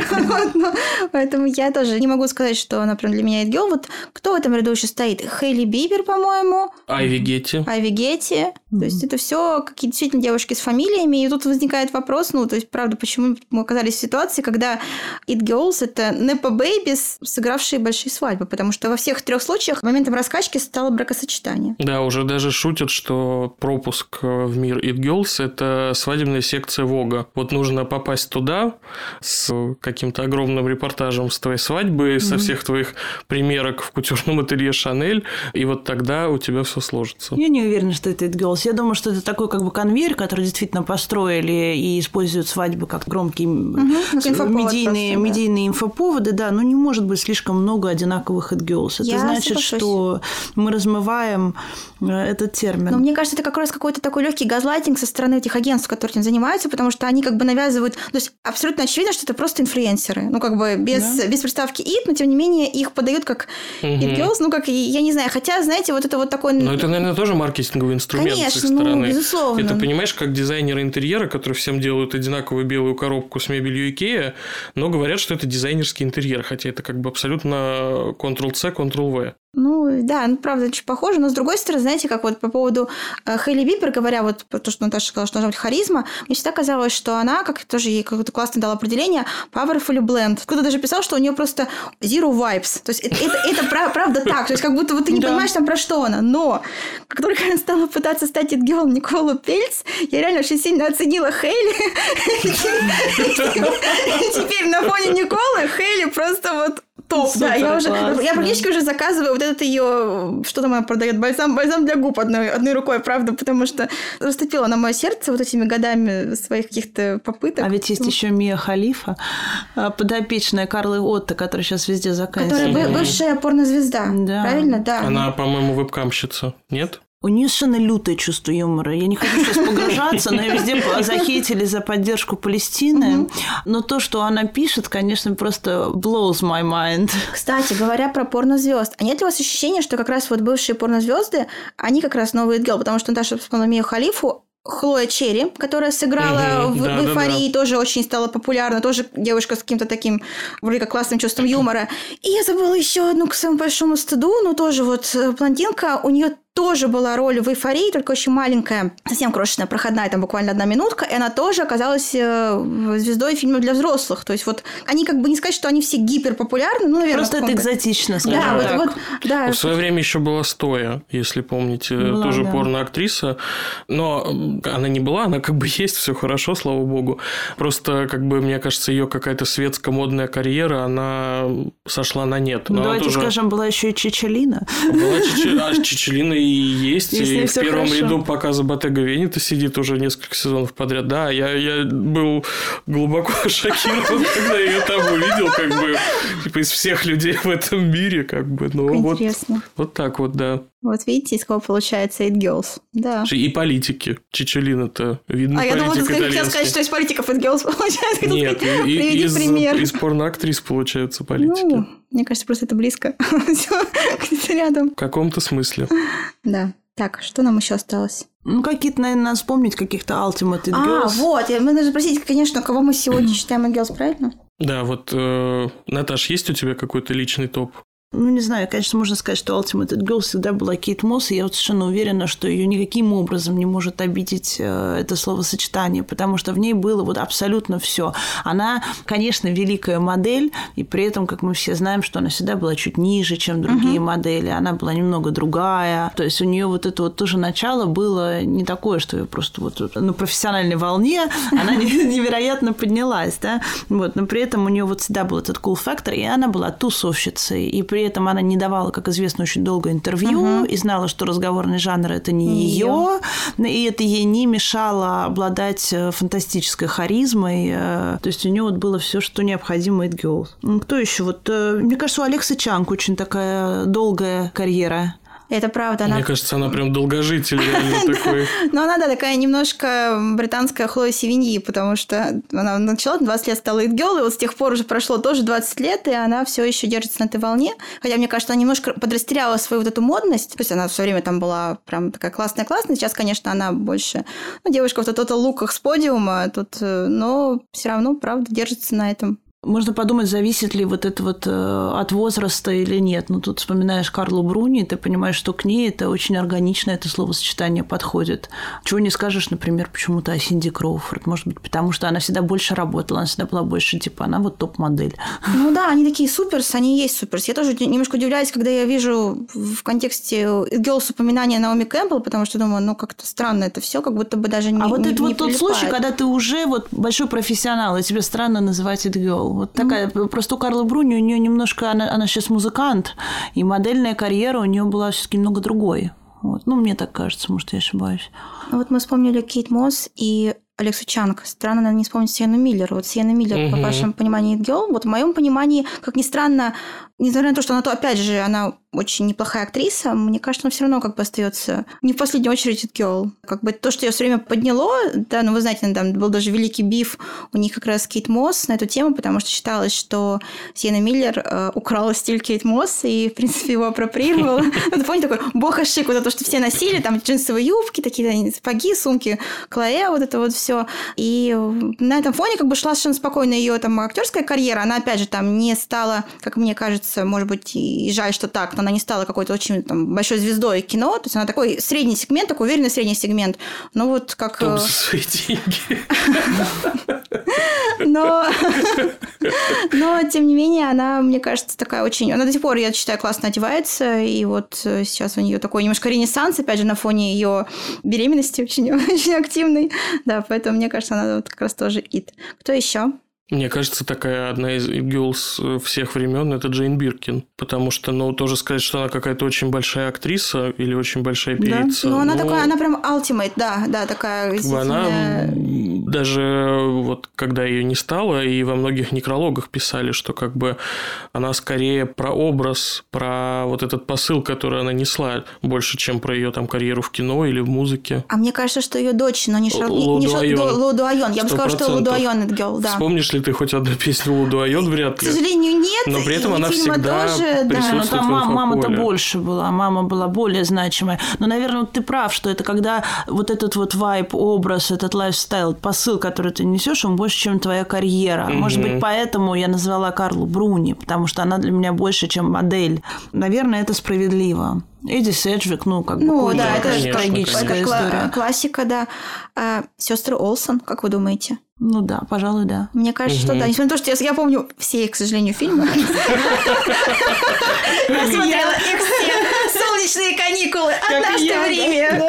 поэтому я тоже не могу сказать, что, например, для меня It Girl. Вот кто в этом ряду еще стоит? Хейли Бибер, по-моему. Айви Гетти. Айви Гетти. То есть это все какие-то действительно девушки с фамилиями. И тут возникает вопрос, ну, то есть, правда, почему мы оказались в ситуации, когда It Girls – это непо-бэйбис, сыгравшие большие свадьбы. Потому что во всех трех случаях моментом раскачки стало бракосочетание. Да, уже даже шутят, что пропуск в мир It Girls – это свадебная секция Вога. Вот нужно попасть туда с каким-то огромным репортажем с твоей свадьбы, mm-hmm. со всех твоих примерок в кутюрном ателье Шанель, и вот тогда у тебя все сложится. Я не уверена, что это It Girls. Я думаю, что это такой как бы конвейер, который действительно построили и используют свадьбы как громкие угу, медийные, просто, медийные да. инфоповоды, да, но не может быть слишком много одинаковых It Girls. Это Я значит, соглашусь. Что мы размываем этот термин. Но мне кажется, это как раз какой-то такой легкий газлайтинг со стороны этих агентств, которые этим занимаются, потому что они как бы навязывают... То есть абсолютно очевидно, что это просто инфлюенсеры. Ну, как бы без, да. без приставки «it», но тем не менее их подают как угу. It Girls, ну, как, я не знаю, хотя, знаете, вот это вот такой... Но это, наверное, тоже маркетинговый инструмент. Конечно, с их стороны. Ну, безусловно. Это, понимаешь, как дизайнеры интерьера, которые всем делают одинаковую белую коробку с мебелью Икеа, но говорят, что это дизайнерский интерьер, хотя это как бы абсолютно контрол-C, контрол-V. Ну, да, ну, правда, очень похоже, но с другой стороны, знаете, как вот по поводу э, Хейли Бибер, говоря вот про то, что Наташа сказала, что должна быть харизма, мне всегда казалось, что она, как тоже ей какое-то классно дала определение, powerful blend. Кто-то даже писал, что у нее просто zero vibes. То есть это, это, это правда так. То есть как будто вот ты не да. понимаешь там про что она. Но как только я стала пытаться стать It Girl Никола Пельц, я реально очень сильно оценила Хейли. Теперь на фоне Николы Хейли просто вот топ. Супер, да, я уже, классно. Я практически уже заказываю вот этот ее, что там она продает, бальзам, бальзам для губ одной, одной рукой, правда, потому что расступила на мое сердце вот этими годами своих каких-то попыток. А ведь есть еще Мия Халифа, подопечная Карлы Отто, которая сейчас везде заказывает. Которая mm-hmm. бывшая порнозвезда, да. правильно? Да. Она, по-моему, вебкамщица, нет? У нее совершенно лютое чувство юмора. Я не хочу сейчас погружаться, но ее везде захейтили за поддержку Палестины. Mm-hmm. Но то, что она пишет, конечно, просто blows my mind. Кстати, говоря про порнозвезд, а нет ли у вас ощущения, что как раз вот бывшие порнозвезды, они как раз новые It Girl, потому что Наташа вспомнила Мию Халифу, Хлоя Черри, которая сыграла угу, в, да, в «Эйфории», да, да. тоже очень стала популярна, тоже девушка с каким-то таким вроде как классным чувством юмора. И я забыла еще одну, к своему большому стыду, но тоже вот блондинка, у нее тоже была роль в «Эйфории», только очень маленькая, совсем крошечная, проходная, там буквально одна минутка, и она тоже оказалась звездой фильмов для взрослых. То есть вот они как бы не сказать, что они все гиперпопулярны, ну, наверное. Просто это экзотично, скажем да, так. Вот, вот, да. В свое время еще была Стоя, если помните, была, тоже да. порно-актриса, но она не была, она как бы есть, все хорошо, слава богу. Просто, как бы, мне кажется, ее какая-то светско-модная карьера, она сошла на нет. Ну, давайте тоже... скажем, была еще и Чичолина. Была Чичи... а, Чичолина и есть, и в первом хорошо. ряду показа Боттега Венета сидит уже несколько сезонов подряд. Да, я, я был глубоко шокирован, когда я ее там увидел, как бы, типа, из всех людей в этом мире, как бы, ну, вот, вот так вот, да. Вот видите, из кого получается It Girls. Да. И политики. Чичолина-то видно а политик итальянский. А я думала, ты хотел сказать, что из политиков It Girls получается. Нет, приведи из, пример. Из порноактрис получаются политики. Ну, мне кажется, просто это близко. Где-то рядом. В каком-то смысле. Да. Так, что нам еще осталось? Ну, какие-то, наверное, надо вспомнить каких-то Ultimate It Girls. А, вот. Мы должны спросить, конечно, кого мы сегодня считаем It Girls, правильно? Да, вот, э, Наташ, есть у тебя какой-то личный топ? Ну, не знаю, конечно, можно сказать, что Ultimate It Girls всегда была Кейт Мосс, и я вот совершенно уверена, что ее никаким образом не может обидеть э, это словосочетание, потому что в ней было вот абсолютно все. Она, конечно, великая модель, и при этом, как мы все знаем, что она всегда была чуть ниже, чем другие uh-huh. модели, она была немного другая, то есть у нее вот это вот тоже начало было не такое, что ее просто вот на профессиональной волне она невероятно поднялась, да, вот, но при этом у нее вот всегда был этот cool factor, и она была тусовщицей, и при При этом она не давала, как известно, очень долго интервью uh-huh. и знала, что разговорный жанр – это не, не ее, и это ей не мешало обладать фантастической харизмой. То есть у нее вот было все, что необходимо It Girls. Кто еще? Вот, мне кажется, у Алексы Чанг очень такая долгая карьера. Это правда. Мне она... кажется, она прям долгожитель реально такой. Ну, она, да, такая немножко британская Хлоя Севиньи, потому что она начала, двадцать лет стала It Girl, и вот с тех пор уже прошло тоже двадцать лет, и она все еще держится на этой волне. Хотя, мне кажется, она немножко подрастеряла свою вот эту модность. То есть она все время там была прям такая классная-классная. Сейчас, конечно, она больше... Ну, девушка в вот луках с подиума, тут, но все равно, правда, держится на этом. Можно подумать, зависит ли вот это вот э, от возраста или нет. Ну, тут вспоминаешь Карлу Бруни, ты понимаешь, что к ней это очень органично, это словосочетание подходит. Чего не скажешь, например, почему-то о Синди Кроуфорд. Может быть, потому что она всегда больше работала, она всегда была больше, типа, она вот топ-модель. Ну да, они такие суперс, они и есть суперс. Я тоже немножко удивляюсь, когда я вижу в контексте It Girls упоминание Наоми Кэмпбелл, потому что думаю, ну, как-то странно это все, как будто бы даже не А вот не, это не вот тот случай, когда ты уже вот большой профессионал, и тебе странно называть It Girl. Вот такая, mm-hmm. просто у Карлы Бруни, у нее немножко, она, она сейчас музыкант, и модельная карьера у нее была все-таки немного другой. Вот. Ну, мне так кажется, может, я ошибаюсь. Ну, вот мы вспомнили Кейт Мосс и Алексу Чанг. Странно, наверное, не вспомнить Сиену Миллер. Вот Сиена Миллер, mm-hmm. по вашему пониманию, It Girl. Вот в моем понимании, как ни странно, несмотря на то, что она, то, опять же, она очень неплохая актриса, мне кажется, она все равно как бы остается не в последнюю очередь It Girl. Как бы то, что ее все время подняло, да, ну, вы знаете, там был даже великий биф у них как раз Кейт Мосс на эту тему, потому что считалось, что Сиена Миллер э, украла стиль Кейт Мосс и, в принципе, его апроприировала. Вы помните, такой бога шик, вот это, что все носили, там джинсовые юбки, такие сапоги, сумки, Клоэ, вот это вот все. И на этом фоне как бы шла совершенно спокойно ее там актерская карьера. Она, опять же, там не стала, как мне кажется, может быть, и жаль, что так, но она не стала какой-то очень там, большой звездой кино. То есть она такой средний сегмент, такой уверенный средний сегмент. Ну вот как... Топ за свои деньги. Но... Но, тем не менее, она, мне кажется, такая очень... Она до сих пор, я считаю, классно одевается. И вот сейчас у нее такой немножко ренессанс, опять же, на фоне ее беременности очень, очень активный. Да, поэтому, мне кажется, она вот как раз тоже ит. Кто еще? Мне кажется, такая одна из girls всех времен это Джейн Биркин. Потому что, ну, тоже сказать, что она какая-то очень большая актриса или очень большая певица. Да, ну, она но... такая, она прям ultimate, да, да, такая. Как бы она даже вот когда ее не стало, и во многих некрологах писали, что как бы она скорее про образ, про вот этот посыл, который она несла, больше, чем про ее там карьеру в кино или в музыке. А мне кажется, что ее дочь, но не Шар... Лу не Дуайон. Шар... Лу Дуайон. Я бы сказала, что Лу Дуайон это girl, да. Вспомнишь ли ты хоть одну песню Лу Дуайон? Вряд ли. К сожалению, нет. Но при этом и она всегда тоже, присутствует да. в мама, мама-то инфополе. больше была, мама была более значимая. Но, наверное, вот ты прав, что это когда вот этот вот вайб, образ, этот лайфстайл, посыл, который ты несешь, он больше, чем твоя карьера. Mm-hmm. Может быть, поэтому я назвала Карлу Бруни, потому что она для меня больше, чем модель. Наверное, это справедливо. Эдди Седжвик, ну, как бы, ну, да, это конечно, трагическая это история. Классика, да. А, сестры Олсен, как вы думаете? Ну да, пожалуй, да. Мне кажется, угу. что да. Несмотря на то, что я, я помню все, к сожалению, фильмы. Я смотрела их все. «Солнечные каникулы», «Однажды в Риме».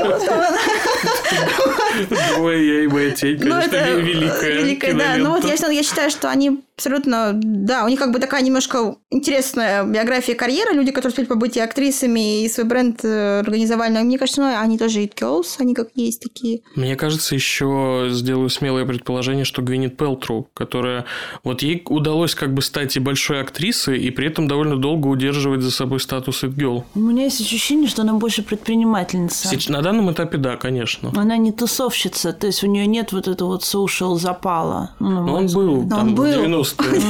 Ой, я и моя тень, конечно, великая. Великая, да. Ну вот я считаю, что они абсолютно, да, у них как бы такая немножко интересная биография, карьера, люди, которые успели побыть и актрисами, и свой бренд организовали, но мне кажется, ну, они тоже it girls, они как есть такие. Мне кажется, еще сделаю смелое предположение, что Гвинет Пэлтроу, которая, вот ей удалось как бы стать и большой актрисой, и при этом довольно долго удерживать за собой статус it girl. У меня есть ощущение, что она больше предпринимательница. Сейчас, на данном этапе, да, конечно. Она не тусовщица, то есть у нее нет вот этого вот social запала. Ну, но он был, там, он был. в девяностые.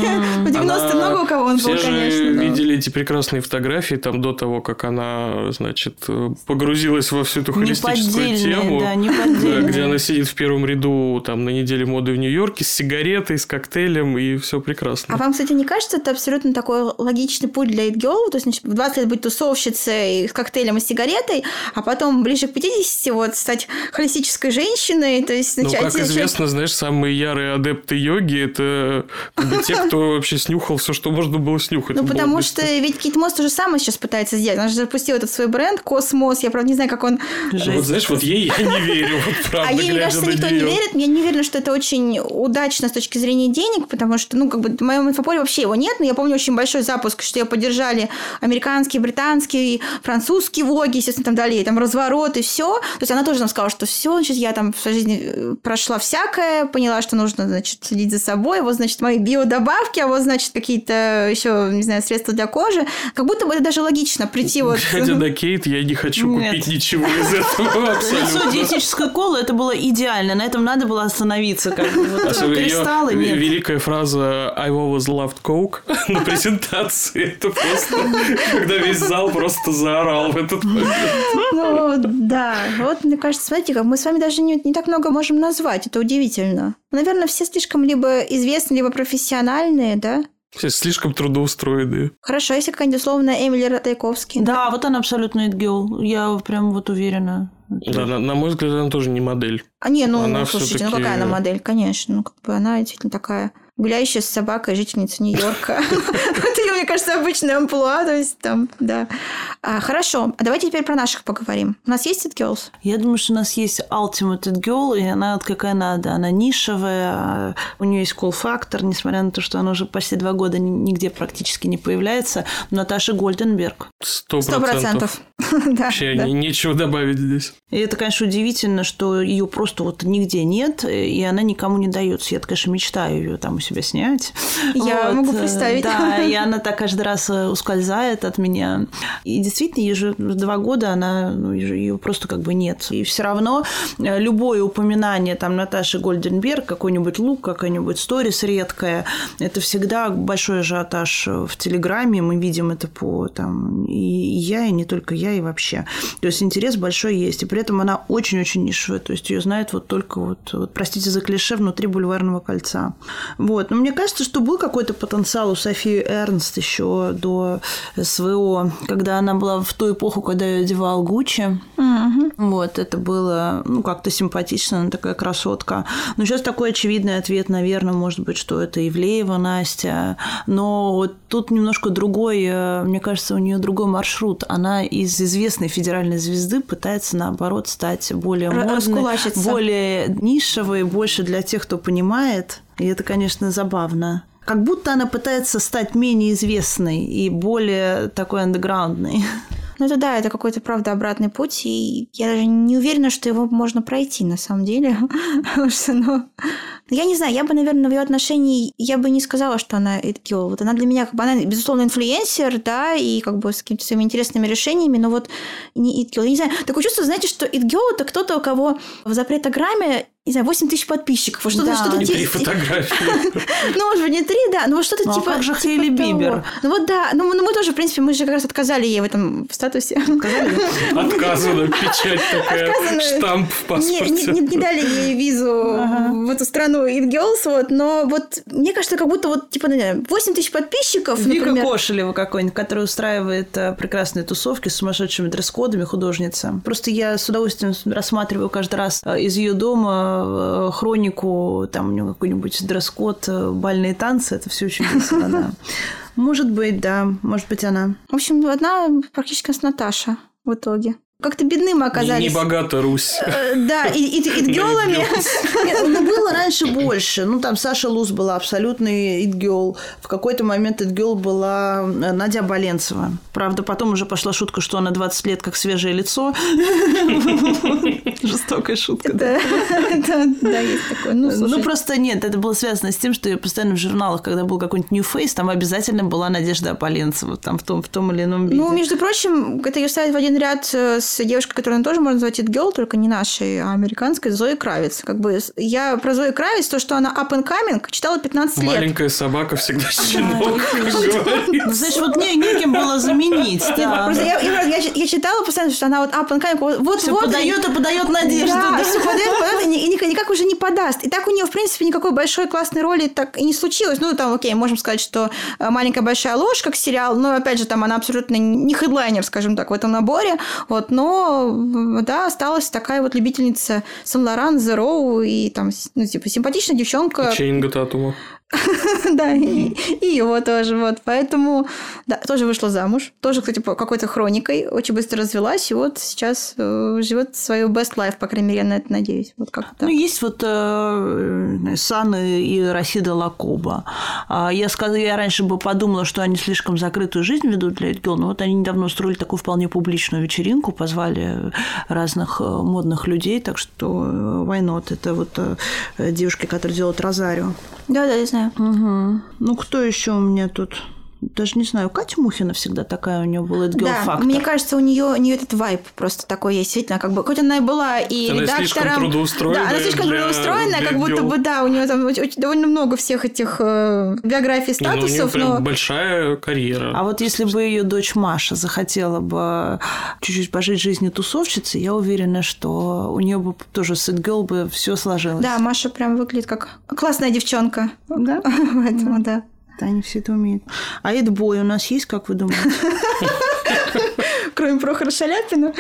В девяностые много у кого он был, конечно. Все же видели эти прекрасные фотографии там до того, как она, значит, погрузилась во всю эту холистическую тему, да, неподдельные. Где она сидит в первом ряду там на неделе моды в Нью-Йорке с сигаретой, с коктейлем, и все прекрасно. А вам, кстати, не кажется, это абсолютно такой логичный путь для it girl? То есть, значит, в двадцать лет быть тусовщицей с коктейлем и с сигаретой, а потом ближе к пятидесяти вот стать холистической женщиной, то есть начать... Ну, как известно, знаешь, самые ярые адепты йоги – это как бы те, кто вообще снюхал все, что можно было снюхать. Ну, потому что ведь Кейт Мосс то же самое сейчас пытается сделать. Она же запустила этот свой бренд Космос. Я, правда, не знаю, как он... Вот знаешь, вот ей я не верю, вот правда, а ей, мне кажется, никто не верит. Я не уверена, что это очень удачно с точки зрения денег, потому что, ну, как бы в моем инфополе вообще его нет, но я помню очень большой запуск, что ее поддержали американские, британские, французские влоги, естественно, там далее, там разворот и все. То есть она тоже нам сказала, что все, значит, я там в своей жизни прошла всякое, поняла, что нужно, значит, следить за собой, вот, значит, мои биодобавки, а вот, значит, какие-то еще, не знаю, средства для кожи. Как будто бы это даже логично прийти вот... Глядя на Кейт, я не хочу Нет. купить ничего из этого абсолютно. Лицо диетической колы, это было идеально. На этом надо было остановиться. Как бы. Вот кристаллы нет. Великая фраза «I've always loved Coke» на презентации. Это просто... Когда весь зал просто заорал в этот момент. Ну, да. Вот, мне кажется, смотрите, как мы с вами даже не, не так много можем назвать. Это удивительно. Наверное, все слишком либо известны, либо профессиональные, да? Все слишком трудоустроенные. Хорошо, если какая-нибудь условная Эмили Ратайковский. Да, вот она абсолютно it girl. Я прям вот уверена. Да, на, на мой взгляд, она тоже не модель. А не, ну, она ну слушайте, всё-таки... ну какая она модель, конечно. Ну, как бы она действительно такая гуляющая с собакой, жительница Нью-Йорка. Это, мне кажется, обычная амплуа, то есть там, да. Хорошо, а давайте теперь про наших поговорим. У нас есть it girls? Я думаю, что у нас есть ultimate it girl, и она вот какая надо. Она нишевая, у нее есть cool-фактор, несмотря на то, что она уже почти два года нигде практически не появляется. Наташа Гольденберг. Сто процентов. Вообще нечего добавить здесь. И это, конечно, удивительно, что ее просто вот нигде нет, и она никому не дается. Я, конечно, мечтаю ее там у себя снять. Я вот. могу представить. Да, и она так каждый раз ускользает от меня. И действительно, ей же два года она, ну, ее просто как бы нет. И все равно любое упоминание там Наташи Гольденберг, какой-нибудь лук, какая-нибудь сторис редкая, это всегда большой ажиотаж в Телеграме. Мы видим это по там и я, и не только я, и вообще. То есть интерес большой есть. И при этом она очень-очень нишевая. То есть ее знают вот только вот, вот, простите за клише, внутри Бульварного кольца. Вот. Но мне кажется, что был какой-то потенциал у Софии Эрнст еще до СВО, когда она была в ту эпоху, когда ее одевал Гуччи. Mm-hmm. Вот. Это было, ну, как-то симпатично, она такая красотка. Но сейчас такой очевидный ответ, наверное, может быть, что это Ивлеева Настя. Но вот тут немножко другой, мне кажется, у нее другой маршрут. Она из известной федеральной звезды пытается, наоборот, стать более модной, более нишевой, больше для тех, кто понимает. И это, конечно, забавно. Как будто она пытается стать менее известной и более такой андеграундной. Ну, это да, это какой-то, правда, обратный путь, и я даже не уверена, что его можно пройти, на самом деле. Потому что, ну... Я не знаю, я бы, наверное, в ее отношении, я бы не сказала, что она it girl. Вот она для меня, как бы, она, безусловно, инфлюенсер, да, и как бы с какими-то своими интересными решениями, но вот не it girl. Я не знаю, такое чувство, знаете, что it girl – это кто-то, у кого в запретограмме, не знаю, восемь тысяч подписчиков. Вот что-то, да, что-то и те... три фотографии. Ну, может быть, не три, да, но вот что-то ну, типа... А как же типа Хейли Бибер? Ну вот да, ну мы тоже, в принципе, мы же как раз отказали ей в этом статусе. Отказано, печать такая, штамп в паспорте. Не дали ей визу в эту страну it girls, вот, но вот мне кажется, как будто вот, типа, восемь тысяч подписчиков, Вика например. Кошелева какой-нибудь, которая устраивает прекрасные тусовки с сумасшедшими дресс-кодами, художница. Просто я с удовольствием рассматриваю каждый раз из ее дома хронику, там у нее какой-нибудь дресс-код, бальные танцы, это все очень весело, да. Может быть, да, может быть, она. В общем, одна практически с Наташа в итоге. Как-то бедны мы оказались. Не богата Русь. Да, и it-girl'ами. Ну, было раньше больше. Ну, там Саша Луз была абсолютный it-girl. В какой-то момент it-girl была Надя Абаленцева. Правда, потом уже пошла шутка, что она двадцать лет как свежее лицо. Жестокая шутка. Да, да, есть такое. Ну, просто нет, это было связано с тем, что я постоянно в журналах, когда был какой-нибудь New Face, там обязательно была Надежда Абаленцева там в том, в том или ином виде. Ну, между прочим, это ее ставят в один ряд с девушкой, которую тоже можно назвать it girl, только не нашей, а американской, Зои Кравиц. Как бы я про Зои Кравиц, то, что она up and coming, читала пятнадцать лет. Маленькая собака всегда щенок, как говорится. Знаешь, вот неким было заменить. Я читала постоянно, что она вот up and coming, вот все подает и подает надежду. Да, все подает, подает, и никак уже не подаст. И так у нее, в принципе, никакой большой классной роли так и не случилось. Ну, там, окей, можем сказать, что «Маленькая большая ложь», как сериал, но, опять же, там она абсолютно не хедлайнер, скажем так, в этом наборе. Вот, но но, да, осталась такая вот любительница Сен-Лоран, Зероу и там, ну, типа, симпатичная девчонка. И Чейнинга Татума. Да, и, и его тоже, вот, поэтому, да, тоже вышла замуж, тоже, кстати, по какой-то хроникой, очень быстро развелась, и вот сейчас э, живет свою best life, по крайней мере, я на это надеюсь, вот как-то так. Ну, есть вот э, Саны и Расида Лакоба. Я, сказ... я раньше бы подумала, что они слишком закрытую жизнь ведут для it girl, но вот они недавно устроили такую вполне публичную вечеринку, позвали разных модных людей, так что why not? Это вот девушки, которые делают Розарио. Да-да, я знаю. Угу. Ну, кто еще у меня тут? Даже не знаю, Катя Мухина всегда такая, у нее был it girl да, фактор. Мне кажется, у нее, у нее этот вайб просто такой есть, действительно, как бы, хоть она и была и она редактором. Слишком трудоустроенная. Да, она слишком трудоустроенная, как будто бы, да, у нее там очень, довольно много всех этих э, биографий, статусов. Не, ну, у нее прям но... большая карьера. А вот если бы ее дочь Маша захотела бы чуть-чуть пожить жизнью тусовщицы, я уверена, что у нее бы тоже с it girl бы все сложилось. Да, Маша прям выглядит как классная девчонка. Да? Поэтому, да. Да, они все это умеют. А it-boy у нас есть, как вы думаете? Кроме Прохора Шаляпина.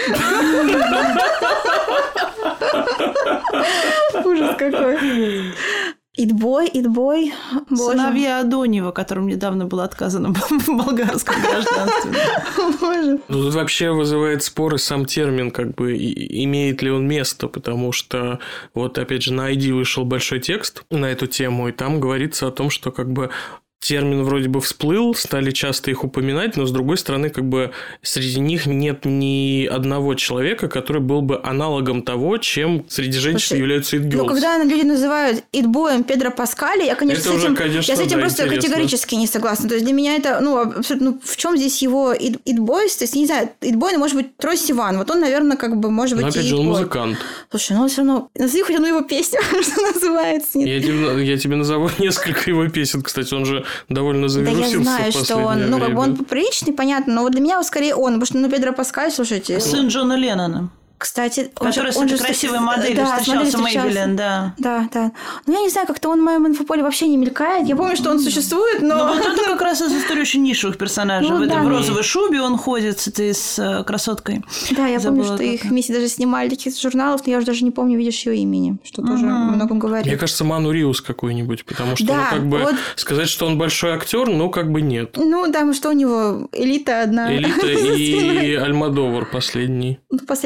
Ужас какой. It-boy, it-boy. Сыновья Адоньева, которым недавно было отказано в болгарском гражданстве. Боже. Ну, тут вообще вызывает споры сам термин, как бы, имеет ли он место, потому что вот, опять же, на ай ди вышел большой текст на эту тему, и там говорится о том, что, как бы, термин вроде бы всплыл, стали часто их упоминать, но, с другой стороны, как бы среди них нет ни одного человека, который был бы аналогом того, чем среди женщин Слушай, являются it girls. Ну, когда люди называют it-боем Педро Паскаля, я, конечно, это с этим, уже, конечно, я с этим да, просто интересно. категорически не согласна. То есть, для меня это, ну, абсолютно, ну, в чем здесь его it-boy? То есть, не знаю, it-boy, ну, может быть, Трой Сиван. Вот он, наверное, как бы, может быть, но, опять же, он музыкант. Слушай, ну, все равно, назови хоть одну его песню, что называется. Я тебе, я тебе назову несколько его песен, кстати, он же довольно завирусился. Я знаю, что он, ну, как бы он приличный, понятно, но вот для меня вот скорее он, потому что, ну, Педро Паскаль, слушайте. Сын Джона Леннона. Кстати, который с этой красивой моделью да, встречался, Мэйбелин, да. Да, да. Ну, я не знаю, как-то он в моем инфополе вообще не мелькает. Я помню, что он существует, но... Ну, вот это как раз из истории очень нишевых персонажей. Ну, в этой да. в розовой шубе он ходит с этой с красоткой. Да, я Забыла, помню, что как... их вместе даже снимали таких журналов, но я уже даже не помню, видишь, ее имени, что uh-huh. тоже о многом говорит. Мне кажется, Ману Риус какой-нибудь, потому что, да, ну, как бы, вот... сказать, что он большой актер, ну, как бы нет. Ну, да, что у него элита одна. Элита и Альмодовар последний. Ну, последний Альмодовар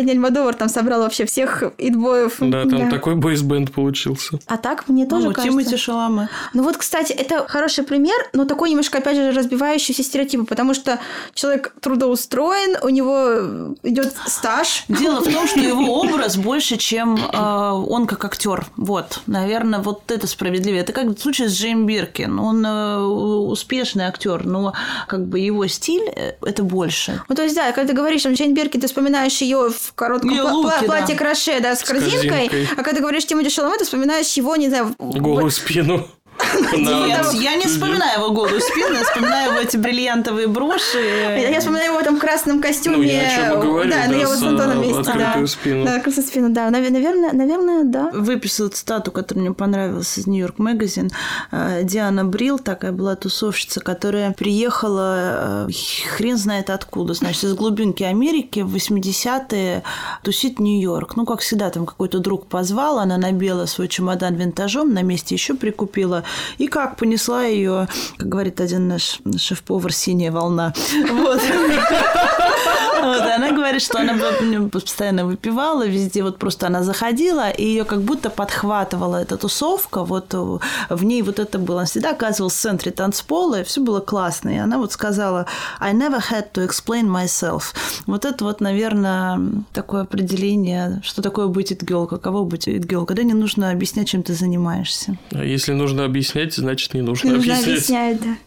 Tower там собрал вообще всех итбоев. Да, там да. такой бойсбенд получился. А так, мне тоже ну, кажется... Тимоти Шаламе. Ну вот, кстати, это хороший пример, но такой немножко, опять же, разбивающий все стереотипы, потому что человек трудоустроен, у него идет стаж. Дело в том, что его образ больше, чем э, он как актер. Вот, наверное, вот это справедливее. Это как в случае с Джейн Биркин. Он э, успешный актер, но как бы его стиль – это больше. Ну, то есть, да, когда ты говоришь о Джейн Биркин, ты вспоминаешь ее в коротком Ее пла- луки, платье да. краше, да, с, с корзинкой, корзинкой, а когда ты говоришь Тимоти Шаламе, ты вспоминаешь его, не знаю... Голую спину. Нет, я не вспоминаю его голую спину, я вспоминаю его эти бриллиантовые броши. Я вспоминаю его в этом красном костюме. Ну, я о чем и говорю, да, да, но я вот с Антоном вместе. открытую Да. спину. Да, открытую спину, да. Наверное, наверное, да. Выписала цитату, которая мне понравилась из Нью-Йорк Magazine. Диана Брил, такая была тусовщица, которая приехала хрен знает откуда, значит, из глубинки Америки в восьмидесятые тусить в Нью-Йорк. Ну, как всегда, там какой-то друг позвал, она набила свой чемодан винтажом, на месте еще прикупила. И как понесла ее, как говорит один наш шеф-повар, синяя волна. Вот. Вот, и она говорит, что она постоянно выпивала, везде вот просто она заходила, и ее как будто подхватывала эта тусовка, вот в ней вот это было. Она всегда оказывалась в центре танцпола, и все было классно. И она вот сказала «I never had to explain myself». Вот это вот, наверное, такое определение, что такое быть it-girl, каково быть it-girl, когда не нужно объяснять, чем ты занимаешься. А если нужно объяснять, значит, не нужно, не нужно объяснять. объяснять, да.